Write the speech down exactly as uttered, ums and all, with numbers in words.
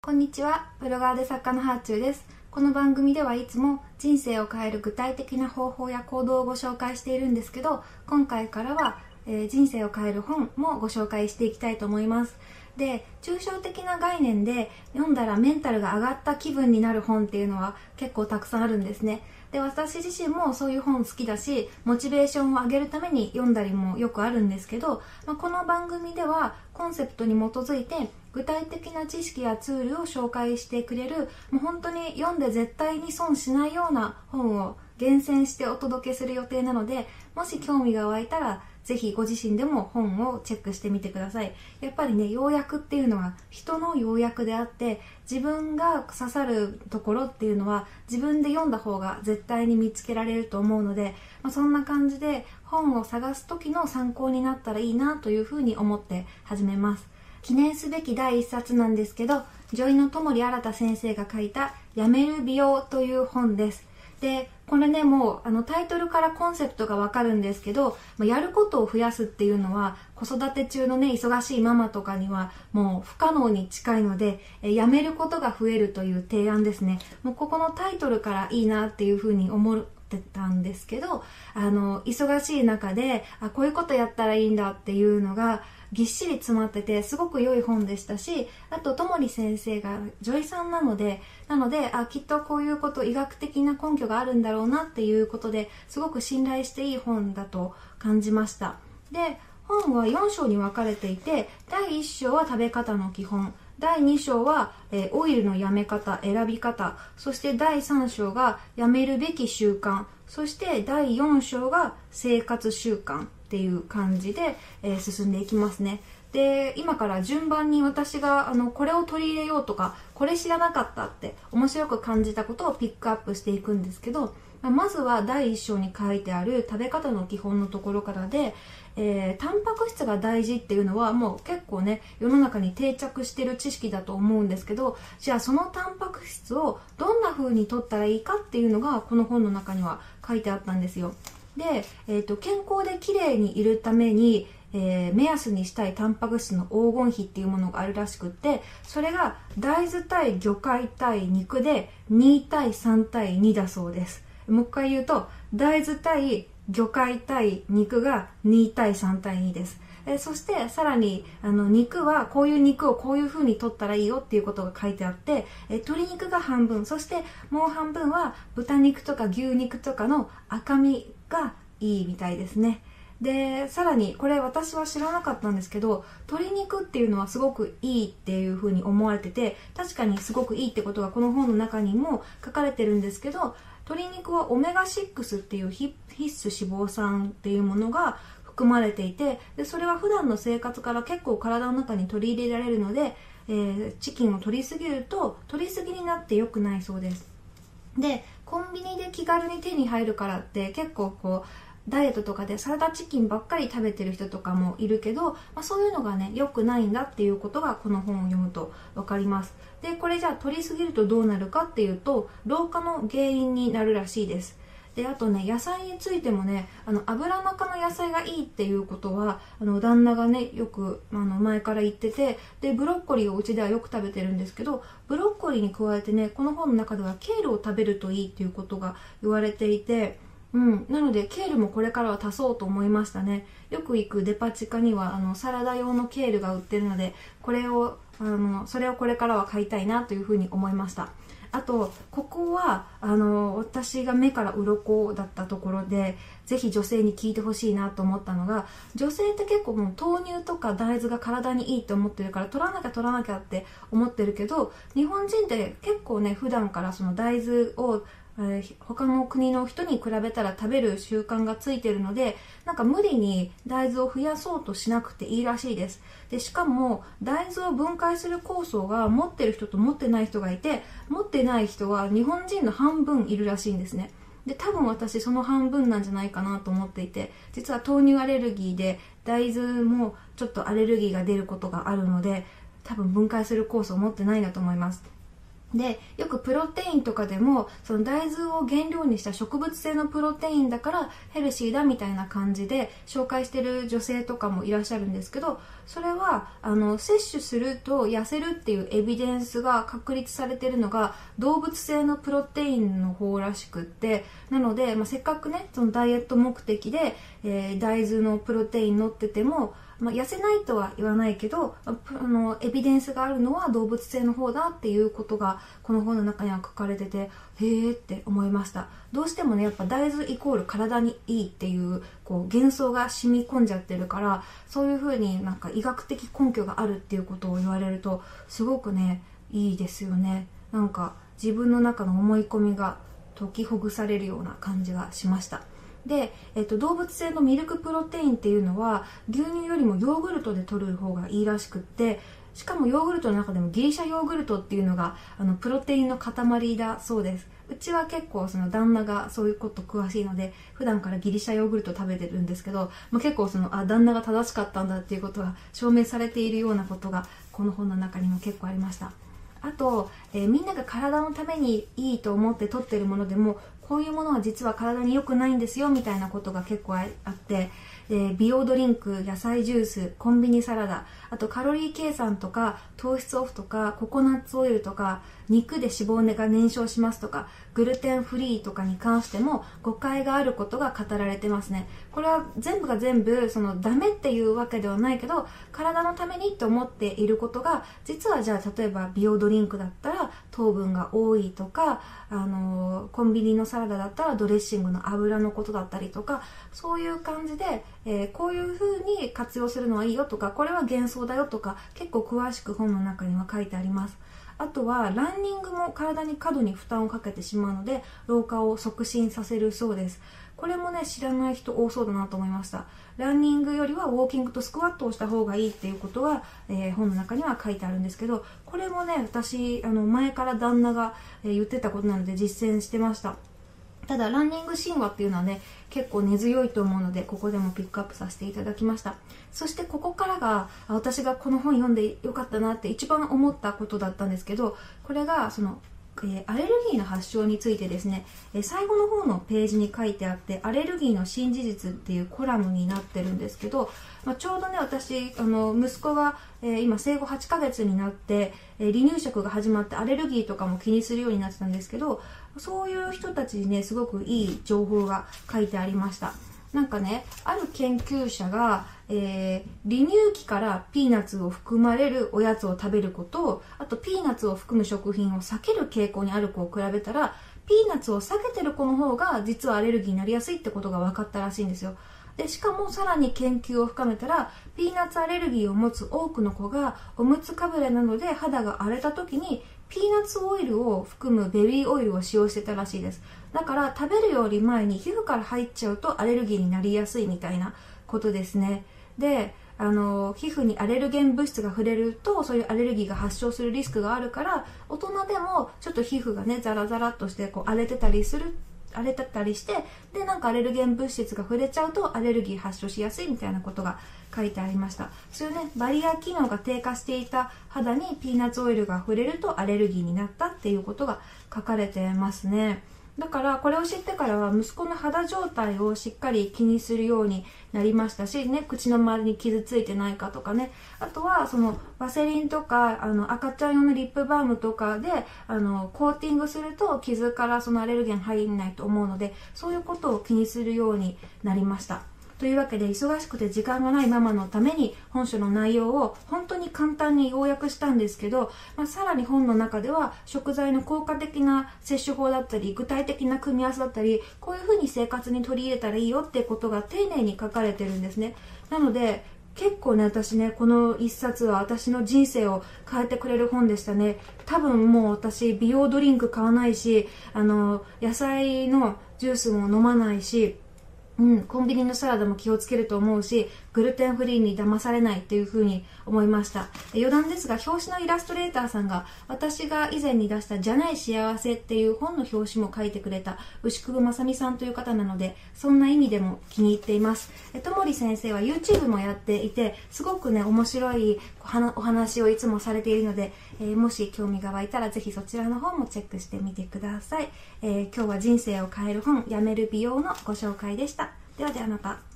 こんにちは、ブロガーで作家のハーチューです。この番組ではいつも人生を変える具体的な方法や行動をご紹介しているんですけど、今回からは、えー、人生を変える本もご紹介していきたいと思います。で、抽象的な概念で読んだらメンタルが上がった気分になる本っていうのは結構たくさんあるんですね。で、私自身もそういう本好きだし、モチベーションを上げるために読んだりもよくあるんですけど、まあ、この番組ではコンセプトに基づいて具体的な知識やツールを紹介してくれる、もう本当に読んで絶対に損しないような本を厳選してお届けする予定なので、もし興味が湧いたらぜひご自身でも本をチェックしてみてください。やっぱりね、要約っていうのは人の要約であって、自分が刺さるところっていうのは自分で読んだ方が絶対に見つけられると思うので、まあ、そんな感じで本を探す時の参考になったらいいなというふうに思って始めます。記念すべきだいいっさつなんですけど、女医の友利新先生が書いたやめる美容という本です。で、これね、もうあのタイトルからコンセプトがわかるんですけど、やることを増やすっていうのは子育て中のね、忙しいママとかにはもう不可能に近いので、えやめることが増えるという提案ですね。もうここのタイトルからいいなっていうふうに思ってたんですけど、あの忙しい中であこういうことやったらいいんだっていうのがぎっしり詰まっててすごく良い本でしたし、あと友利先生が女医さんなのでなのであきっとこういうこと医学的な根拠があるんだろうなっていうことですごく信頼していい本だと感じました。で、本はよん章に分かれていて、だいいっ章は食べ方の基本、だいに章は、えー、オイルのやめ方、選び方、そしてだいさん章がやめるべき習慣、そしてだいよん章が生活習慣っていう感じで、えー、進んでいきますね。で、今から順番に私があのこれを取り入れようとか、これ知らなかったって面白く感じたことをピックアップしていくんですけど、まずはだいいっ章に書いてある食べ方の基本のところからで、えー、タンパク質が大事っていうのはもう結構ね、世の中に定着してる知識だと思うんですけど、じゃあそのタンパク質をどんな風に取ったらいいかっていうのがこの本の中には書いてあったんですよ。で、えーと、健康で綺麗にいるためにえー、目安にしたいタンパク質の黄金比っていうものがあるらしくって、それが大豆対魚介対肉でに対さん対にだそうです。もう一回言うと、大豆対魚介対肉がに対さん対にです。えー、そしてさらにあの肉はこういう肉をこういう風に取ったらいいよっていうことが書いてあって、えー、鶏肉が半分、そしてもう半分は豚肉とか牛肉とかの赤身がいいみたいですね。で、さらにこれ私は知らなかったんですけど、鶏肉っていうのはすごくいいっていう風に思われてて、確かにすごくいいってことがこの本の中にも書かれてるんですけど、鶏肉はオメガシックスっていう必須脂肪酸っていうものが含まれていて、でそれは普段の生活から結構体の中に取り入れられるので、えー、チキンを取りすぎると取りすぎになって良くないそうです。で、コンビニで気軽に手に入るからって結構こうダイエットとかでサラダチキンばっかり食べてる人とかもいるけど、まあ、そういうのがね良くないんだっていうことがこの本を読むと分かります。で、これじゃあ取りすぎるとどうなるかっていうと、老化の原因になるらしいです。で、あとね、野菜についてもね、あの油中の野菜がいいっていうことはあの旦那がねよくあの前から言ってて、でブロッコリーをうちではよく食べてるんですけど、ブロッコリーに加えてね、この本の中ではケールを食べるといいっていうことが言われていて、うん、なのでケールもこれからは足そうと思いましたね。よく行くデパ地下にはあのサラダ用のケールが売ってるので、これをあのそれをこれからは買いたいなというふうに思いました。あとここはあの私が目から鱗だったところで、ぜひ女性に聞いてほしいなと思ったのが、女性って結構もう豆乳とか大豆が体にいいと思ってるから取らなきゃ取らなきゃって思ってるけど、日本人って結構ね普段からその大豆を他の国の人に比べたら食べる習慣がついてるので、なんか無理に大豆を増やそうとしなくていいらしいです。で、しかも大豆を分解する酵素が持ってる人と持ってない人がいて、持ってない人は日本人の半分いるらしいんですね。で、多分私その半分なんじゃないかなと思っていて、実は豆乳アレルギーで大豆もちょっとアレルギーが出ることがあるので、多分分解する酵素を持ってないんだと思います。 でよくプロテインとかでもその大豆を原料にした植物性のプロテインだからヘルシーだみたいな感じで紹介してる女性とかもいらっしゃるんですけど、それはあの摂取すると痩せるっていうエビデンスが確立されてるのが動物性のプロテインの方らしくって、なので、まあ、せっかくねそのダイエット目的で、えー、大豆のプロテイン乗ってても、まあ、痩せないとは言わないけど、あのエビデンスがあるのは動物性の方だっていうことがこの本の中には書かれてて、へーって思いました。どうしてもねやっぱ大豆イコール体にいいっていうこう幻想が染み込んじゃってるから、そういう風になんか医学的根拠があるっていうことを言われるとすごくねいいですよね。なんか自分の中の思い込みが解きほぐされるような感じがしました。で、えっと、動物性のミルクプロテインっていうのは牛乳よりもヨーグルトで摂る方がいいらしくって、しかもヨーグルトの中でもギリシャヨーグルトっていうのがあのプロテインの塊だそうです。うちは結構その旦那がそういうこと詳しいので普段からギリシャヨーグルト食べてるんですけど、まあ、結構そのあ旦那が正しかったんだっていうことが証明されているようなことがこの本の中にも結構ありました。あと、えー、みんなが体のためにいいと思って取ってるものでもこういうものは実は体に良くないんですよみたいなことが結構あって、えー、美容ドリンク、野菜ジュース、コンビニサラダ、あとカロリー計算とか糖質オフとかココナッツオイルとか肉で脂肪が燃焼しますとかグルテンフリーとかに関しても誤解があることが語られてますね。これは全部が全部そのダメっていうわけではないけど、体のためにと思っていることが実はじゃあ例えば美容ドリンクだったら糖分が多いとか、あのー、コンビニのサラダだったらドレッシングの油のことだったりとか、そういう感じで、えー、こういう風に活用するのはいいよとか、これは幻想だよとか結構詳しく本の中には書いてあります。あとはランニングも体に過度に負担をかけてしまうので老化を促進させるそうです。これもね知らない人多そうだなと思いました。ランニングよりはウォーキングとスクワットをした方がいいっていうことが、えー、本の中には書いてあるんですけど、これもね私あの前から旦那が、えー、言ってたことなので実践してました。ただランニング神話っていうのはね結構根強いと思うのでここでもピックアップさせていただきました。そしてここからが私がこの本読んでよかったなって一番思ったことだったんですけど、これがそのえー、アレルギーの発症についてですね、えー、最後の方のページに書いてあってアレルギーの新事実っていうコラムになってるんですけど、まあ、ちょうどね私あの息子が、えー、今生後はちかげつになって、えー、離乳食が始まってアレルギーとかも気にするようになってたんですけど、そういう人たちにねすごくいい情報が書いてありました。なんかねある研究者が、えー、離乳期からピーナッツを含まれるおやつを食べる子と、あとピーナッツを含む食品を避ける傾向にある子を比べたらピーナッツを避けてる子の方が実はアレルギーになりやすいってことが分かったらしいんですよ。でしかもさらに研究を深めたらピーナッツアレルギーを持つ多くの子がおむつかぶれなので肌が荒れた時にピーナッツオイルを含むベビーオイルを使用してたらしいです。だから食べるより前に皮膚から入っちゃうとアレルギーになりやすいみたいなことですね。であの皮膚にアレルゲン物質が触れるとそういうアレルギーが発症するリスクがあるから、大人でもちょっと皮膚がねザラザラっとしてこう荒れてたりする荒れてたりしてでなんかアレルゲン物質が触れちゃうとアレルギー発症しやすいみたいなことが書いてありました。そういうねバリア機能が低下していた肌にピーナッツオイルが触れるとアレルギーになったっていうことが書かれてますね。だからこれを知ってからは息子の肌状態をしっかり気にするようになりましたし、ね、口の周りに傷ついてないかとかね、あとはそのワセリンとかあの赤ちゃん用のリップバームとかであのコーティングすると傷からそのアレルゲン入んないと思うので、そういうことを気にするようになりました。というわけで忙しくて時間がないママのために本書の内容を本当に簡単に要約したんですけど、まあ、さらに本の中では食材の効果的な摂取法だったり具体的な組み合わせだったりこういう風に生活に取り入れたらいいよってことが丁寧に書かれてるんですね。なので結構ね私ねこの一冊は私の人生を変えてくれる本でしたね。多分もう私美容ドリンク買わないしあの野菜のジュースも飲まないしうん、コンビニのサラダも気をつけると思うしグルテンフリーに騙されないっていう風に思いました。余談ですが、表紙のイラストレーターさんが私が以前に出したじゃない幸せっていう本の表紙も書いてくれた牛久正美さんという方なので、そんな意味でも気に入っています。ともり先生は YouTube もやっていて、すごくね面白いお話をいつもされているので、えー、もし興味が湧いたらぜひそちらの方もチェックしてみてください。えー、今日は人生を変える本、やめる美容のご紹介でした。ではではまた。